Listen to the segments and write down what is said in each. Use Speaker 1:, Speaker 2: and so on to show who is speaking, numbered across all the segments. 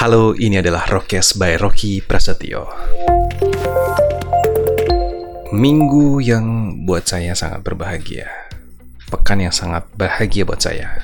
Speaker 1: Halo, ini adalah Rockcast by Rocky Prasetyo. Minggu yang buat saya sangat berbahagia. Pekan yang sangat bahagia buat saya.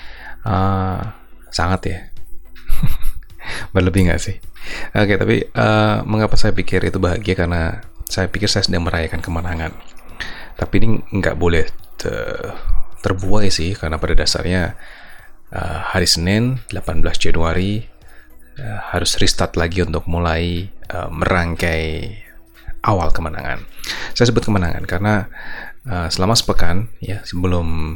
Speaker 1: Sangat ya. Berlebih gak sih? Oke, tapi mengapa saya pikir itu bahagia? Karena saya pikir saya sedang merayakan kemenangan. Tapi ini nggak boleh terbuai sih, karena pada dasarnya hari Senin 18 Januari harus restart lagi untuk mulai merangkai awal kemenangan. Saya sebut kemenangan karena selama sepekan ya sebelum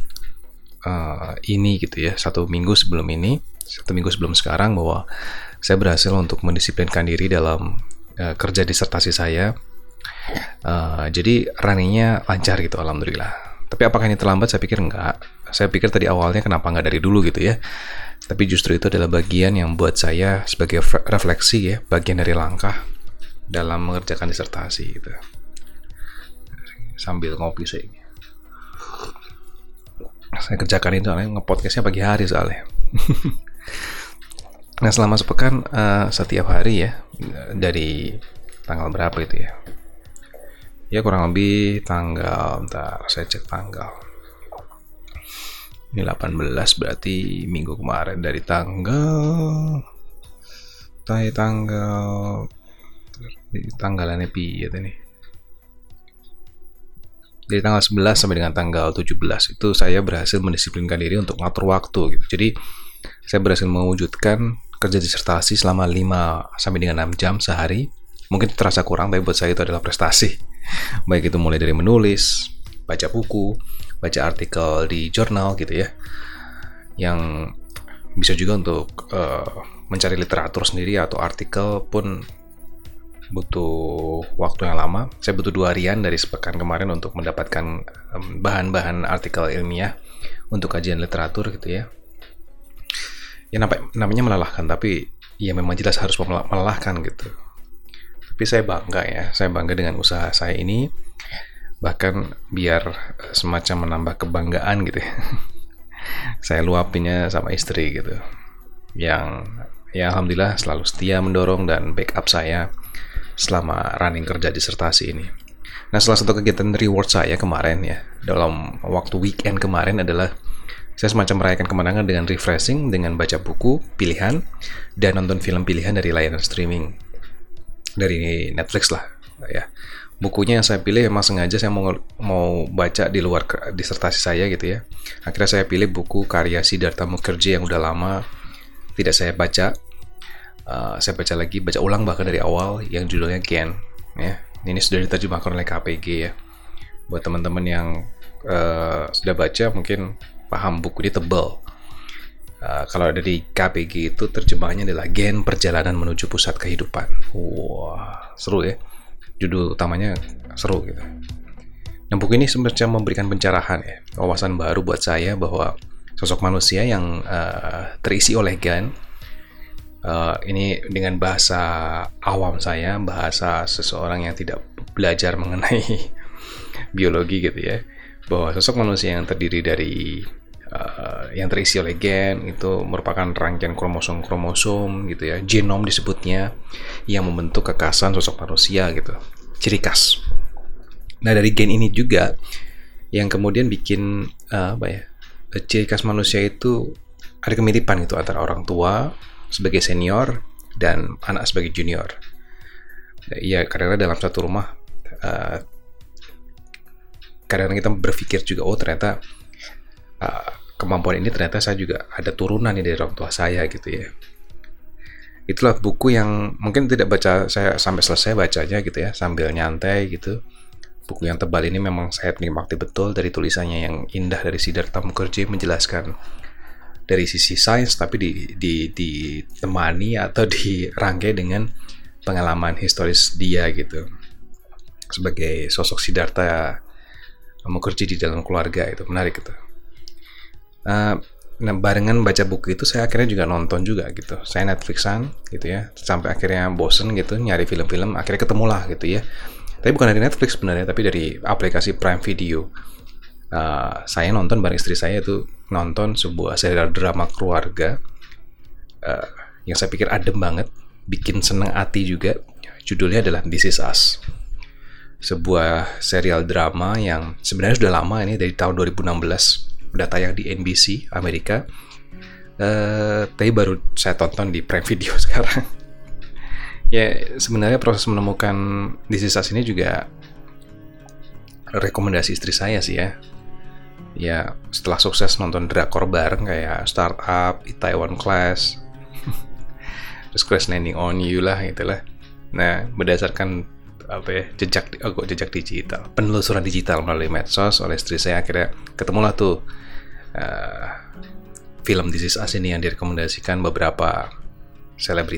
Speaker 1: ini gitu ya, satu minggu sebelum sekarang, bahwa saya berhasil untuk mendisiplinkan diri dalam kerja disertasi saya. Jadi runningnya lancar gitu, alhamdulillah. Tapi apakah ini terlambat? Saya pikir enggak. Saya pikir tadi awalnya kenapa enggak dari dulu gitu ya. Tapi justru itu adalah bagian yang buat saya sebagai refleksi ya, bagian dari langkah dalam mengerjakan disertasi gitu. Sambil ngopi saya kerjakan itu, nge-podcastnya pagi hari soalnya. Nah, selama sepekan setiap hari ya, dari tanggal berapa itu ya? Ya kurang lebih tanggal, bentar saya cek tanggal. Ini 18 berarti minggu kemarin, dari tanggalannya piye nih. Dari tanggal 11 sampai dengan tanggal 17 itu saya berhasil mendisiplinkan diri untuk ngatur waktu gitu. Jadi saya berhasil mewujudkan kerja disertasi selama 5 sampai dengan 6 jam sehari. Mungkin terasa kurang, tapi buat saya itu adalah prestasi. Baik itu mulai dari menulis, baca buku, baca artikel di jurnal gitu ya, yang bisa juga untuk mencari literatur sendiri atau artikel pun butuh waktu yang lama. Saya butuh 2 harian dari sepekan kemarin untuk mendapatkan bahan-bahan artikel ilmiah untuk kajian literatur gitu ya. Ya namanya melelahkan, tapi ya memang jelas harus melelahkan gitu. Tapi saya bangga dengan usaha saya ini, bahkan biar semacam menambah kebanggaan gitu ya. Saya luapinnya sama istri gitu, yang ya alhamdulillah selalu setia mendorong dan backup saya selama running kerja disertasi ini. Nah, salah satu kegiatan reward saya kemarin ya, dalam waktu weekend kemarin adalah saya semacam merayakan kemenangan dengan refreshing, dengan baca buku pilihan dan nonton film pilihan dari layanan streaming dari Netflix lah ya. Bukunya yang saya pilih memang sengaja saya mau baca di luar disertasi saya gitu ya. Akhirnya saya pilih buku karya Siddhartha Mukherjee yang udah lama tidak saya baca. Saya baca ulang bahkan dari awal, yang judulnya Gen ya. Ini sudah diterjemahkan oleh KPG ya. Buat teman-teman yang sudah baca mungkin paham, buku ini tebal. Kalau dari KPG itu terjemahannya adalah Gen Perjalanan Menuju Pusat Kehidupan. Wah, seru ya. Judul utamanya seru gitu. Nah, buku ini semacam memberikan pencerahan ya, wawasan baru buat saya bahwa sosok manusia yang terisi oleh Gen, ini dengan bahasa awam saya, bahasa seseorang yang tidak belajar mengenai biologi gitu ya, bahwa sosok manusia yang terdiri dari yang terisi oleh gen itu merupakan rangkaian kromosom gitu ya, genom disebutnya, yang membentuk kekhasan sosok manusia gitu, ciri khas. Nah, dari gen ini juga yang kemudian bikin ciri khas manusia itu ada kemiripan gitu antara orang tua sebagai senior dan anak sebagai junior. Ya, kadang-kadang dalam satu rumah kadang-kadang kita berpikir juga, oh ternyata kemampuan ini ternyata saya juga ada turunan nih dari orang tua saya gitu ya. Itulah buku yang mungkin tidak baca saya sampai selesai bacanya gitu ya, sambil nyantai gitu. Buku yang tebal ini memang saya nikmati betul, dari tulisannya yang indah dari Siddhartha Mukherjee, menjelaskan dari sisi sains tapi ditemani atau dirangkai dengan pengalaman historis dia gitu, sebagai sosok Siddhartha Mukherjee di dalam keluarga. Itu menarik gitu. Nah, barengan baca buku itu saya akhirnya juga nonton juga gitu. Saya Netflixan gitu ya, sampai akhirnya bosen gitu nyari film-film, akhirnya ketemulah gitu ya. Tapi bukan dari Netflix sebenarnya, tapi dari aplikasi Prime Video. Saya nonton bareng istri saya, itu nonton sebuah serial drama keluarga yang saya pikir adem banget, bikin seneng hati juga. Judulnya adalah This Is Us, sebuah serial drama yang sebenarnya sudah lama, ini dari tahun 2016, udah tayang di NBC Amerika, tapi baru saya tonton di Prime Video sekarang. Ya sebenarnya proses menemukan This Is Us ini juga rekomendasi istri saya sih ya. Ya setelah sukses nonton drakor bareng kayak Startup, Itaewon Class, terus Crash Landing on You lah gitulah. Nah berdasarkan jejak digital, penelusuran digital melalui medsos oleh istri saya, akhirnya ketemulah tuh film This Is Us ini yang direkomendasikan beberapa seleb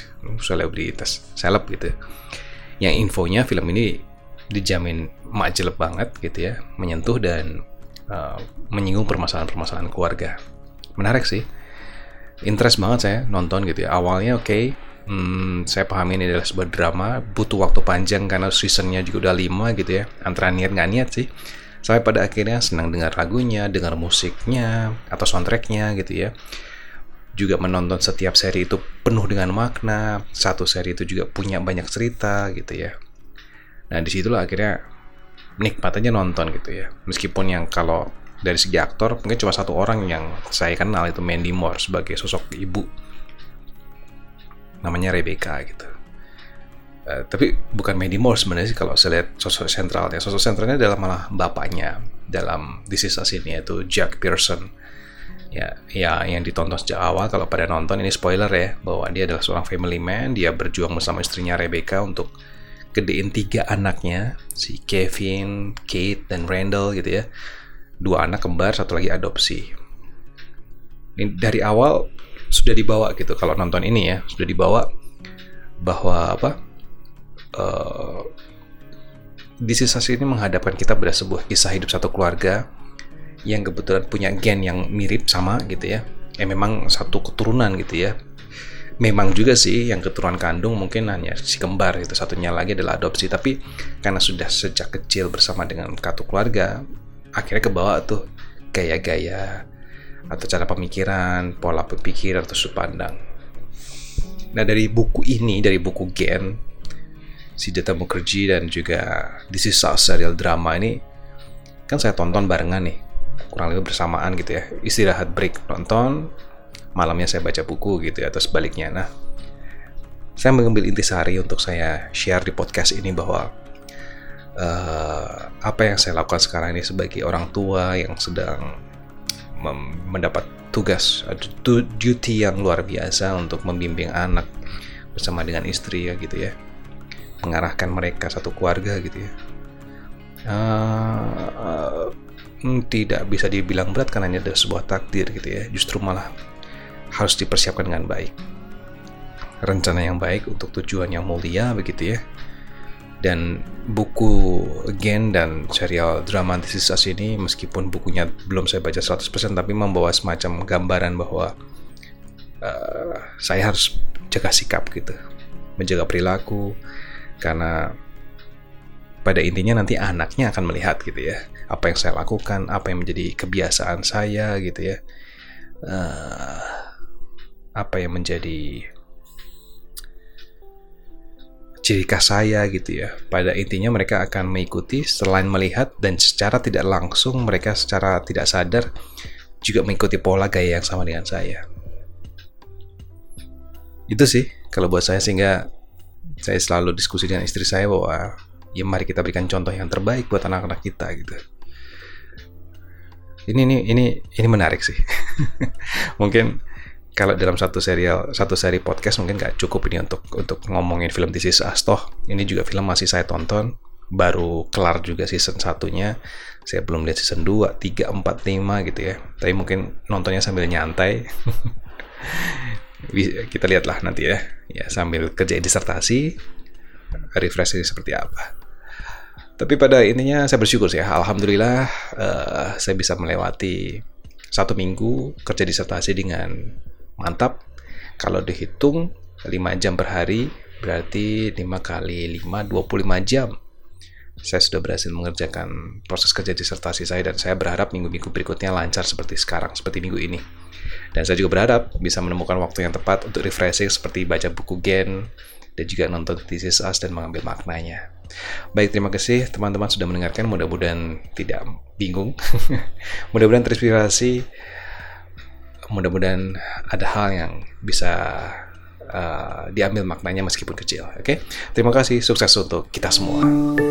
Speaker 1: gitu. Yang infonya film ini dijamin majeleb banget gitu ya, menyentuh dan menyinggung permasalahan-permasalahan keluarga. Menarik sih, interest banget saya nonton gitu ya. Awalnya saya pahami ini adalah sebuah drama, butuh waktu panjang karena seasonnya juga udah 5 gitu ya, antara niat nggak niat sih, sampai pada akhirnya senang dengar lagunya, dengar musiknya atau soundtracknya gitu ya. Juga menonton setiap seri itu penuh dengan makna, satu seri itu juga punya banyak cerita gitu ya. Nah disitulah akhirnya nikmat aja nonton gitu ya. Meskipun yang kalau dari segi aktor mungkin cuma satu orang yang saya kenal, itu Mandy Moore sebagai sosok ibu, namanya Rebecca gitu. Tapi bukan Mandy Moore sebenarnya sih kalau saya lihat sosok sentralnya. Sosok sentralnya adalah malah bapaknya dalam This Is Us ini, yaitu Jack Pearson. Ya yang ditonton sejak awal. Kalau pada nonton, ini spoiler ya, bahwa dia adalah seorang family man. Dia berjuang bersama istrinya Rebecca untuk gedein 3 anaknya, si Kevin, Kate, dan Randall gitu ya. 2 anak kembar, 1 lagi adopsi. Ini dari awal sudah dibawa gitu, kalau nonton ini ya, sudah dibawa bahwa This Is Us ini menghadapkan kita pada sebuah kisah hidup satu keluarga yang kebetulan punya gen yang mirip sama gitu ya. Memang satu keturunan gitu ya. Memang juga sih yang keturunan kandung mungkin hanya si kembar itu, satunya lagi adalah adopsi, tapi karena sudah sejak kecil bersama dengan satu keluarga, akhirnya kebawa tuh gaya-gaya atau cara pemikiran, pola berpikir atau sudut pandang. Nah dari buku ini, dari buku Gen, Siddhartha Mukherjee dan juga This Is Us serial drama ini kan saya tonton barengan nih, kurang lebih bersamaan gitu ya. Istirahat break nonton, malamnya saya baca buku gitu ya, atau sebaliknya. Nah, saya mengambil intisari untuk saya share di podcast ini bahwa apa yang saya lakukan sekarang ini sebagai orang tua yang sedang mendapat tugas, duty yang luar biasa untuk membimbing anak bersama dengan istri ya gitu ya, mengarahkan mereka satu keluarga gitu ya. Tidak bisa dibilang berat karena ini adalah sebuah takdir gitu ya, justru malah harus dipersiapkan dengan baik, rencana yang baik untuk tujuan yang mulia begitu ya. Dan buku Gen dan serial drama This Is Us ini, meskipun bukunya belum saya baca 100%, tapi membawa semacam gambaran bahwa saya harus jaga sikap gitu, menjaga perilaku, karena pada intinya nanti anaknya akan melihat gitu ya, apa yang saya lakukan, apa yang menjadi kebiasaan saya gitu ya, apa yang menjadi ciri khas saya gitu ya. Pada intinya mereka akan mengikuti, selain melihat, dan secara tidak langsung mereka secara tidak sadar juga mengikuti pola gaya yang sama dengan saya. Itu sih kalau buat saya, sehingga saya selalu diskusi dengan istri saya bahwa ya mari kita berikan contoh yang terbaik buat anak-anak kita gitu. Ini menarik sih. Mungkin kalau dalam satu seri podcast mungkin nggak cukup ini untuk ngomongin film This Is Us. Toh ini juga film masih saya tonton, baru kelar juga season 1-nya. Saya belum lihat season 2, 3, 4, 5 gitu ya. Tapi mungkin nontonnya sambil nyantai. Kita lihatlah nanti ya. Ya sambil kerjain disertasi, refreshing seperti apa. Tapi pada intinya saya bersyukur sih ya. Alhamdulillah saya bisa melewati 1 minggu kerja disertasi dengan mantap. Kalau dihitung 5 jam per hari, berarti 5 kali 5, 25 jam Saya sudah berhasil mengerjakan proses kerja disertasi saya, dan saya berharap minggu-minggu berikutnya lancar seperti sekarang, seperti minggu ini. Dan saya juga berharap bisa menemukan waktu yang tepat untuk refreshing seperti baca buku Gen dan juga nonton This Is Us dan mengambil maknanya. Baik, terima kasih teman-teman sudah mendengarkan. Mudah-mudahan tidak bingung. Mudah-mudahan terinspirasi. Mudah-mudahan ada hal yang bisa diambil maknanya meskipun kecil. Oke? Terima kasih. Sukses untuk kita semua.